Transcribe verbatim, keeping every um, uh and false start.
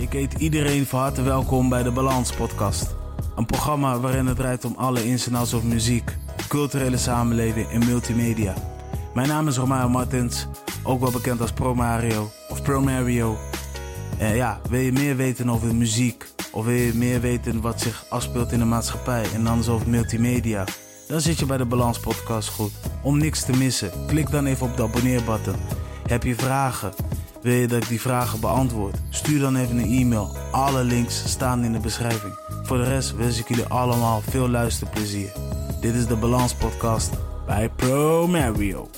Ik heet iedereen van harte welkom bij de Balans Podcast. Een programma waarin het draait om alle ins en outs over muziek, culturele samenleving en multimedia. Mijn naam is Romario Martins, ook wel bekend als Pro Mario of Pro Mario. En ja, wil je meer weten over muziek of wil je meer weten wat zich afspeelt in de maatschappij en anders over multimedia? Dan zit je bij de Balans Podcast goed. Om niks te missen, klik dan even op de abonneerbutton. Heb je vragen? Wil je dat ik die vragen beantwoord? Stuur dan even een e-mail. Alle links staan in de beschrijving. Voor de rest wens ik jullie allemaal veel luisterplezier. Dit is de Balans Podcast bij Pro Mario.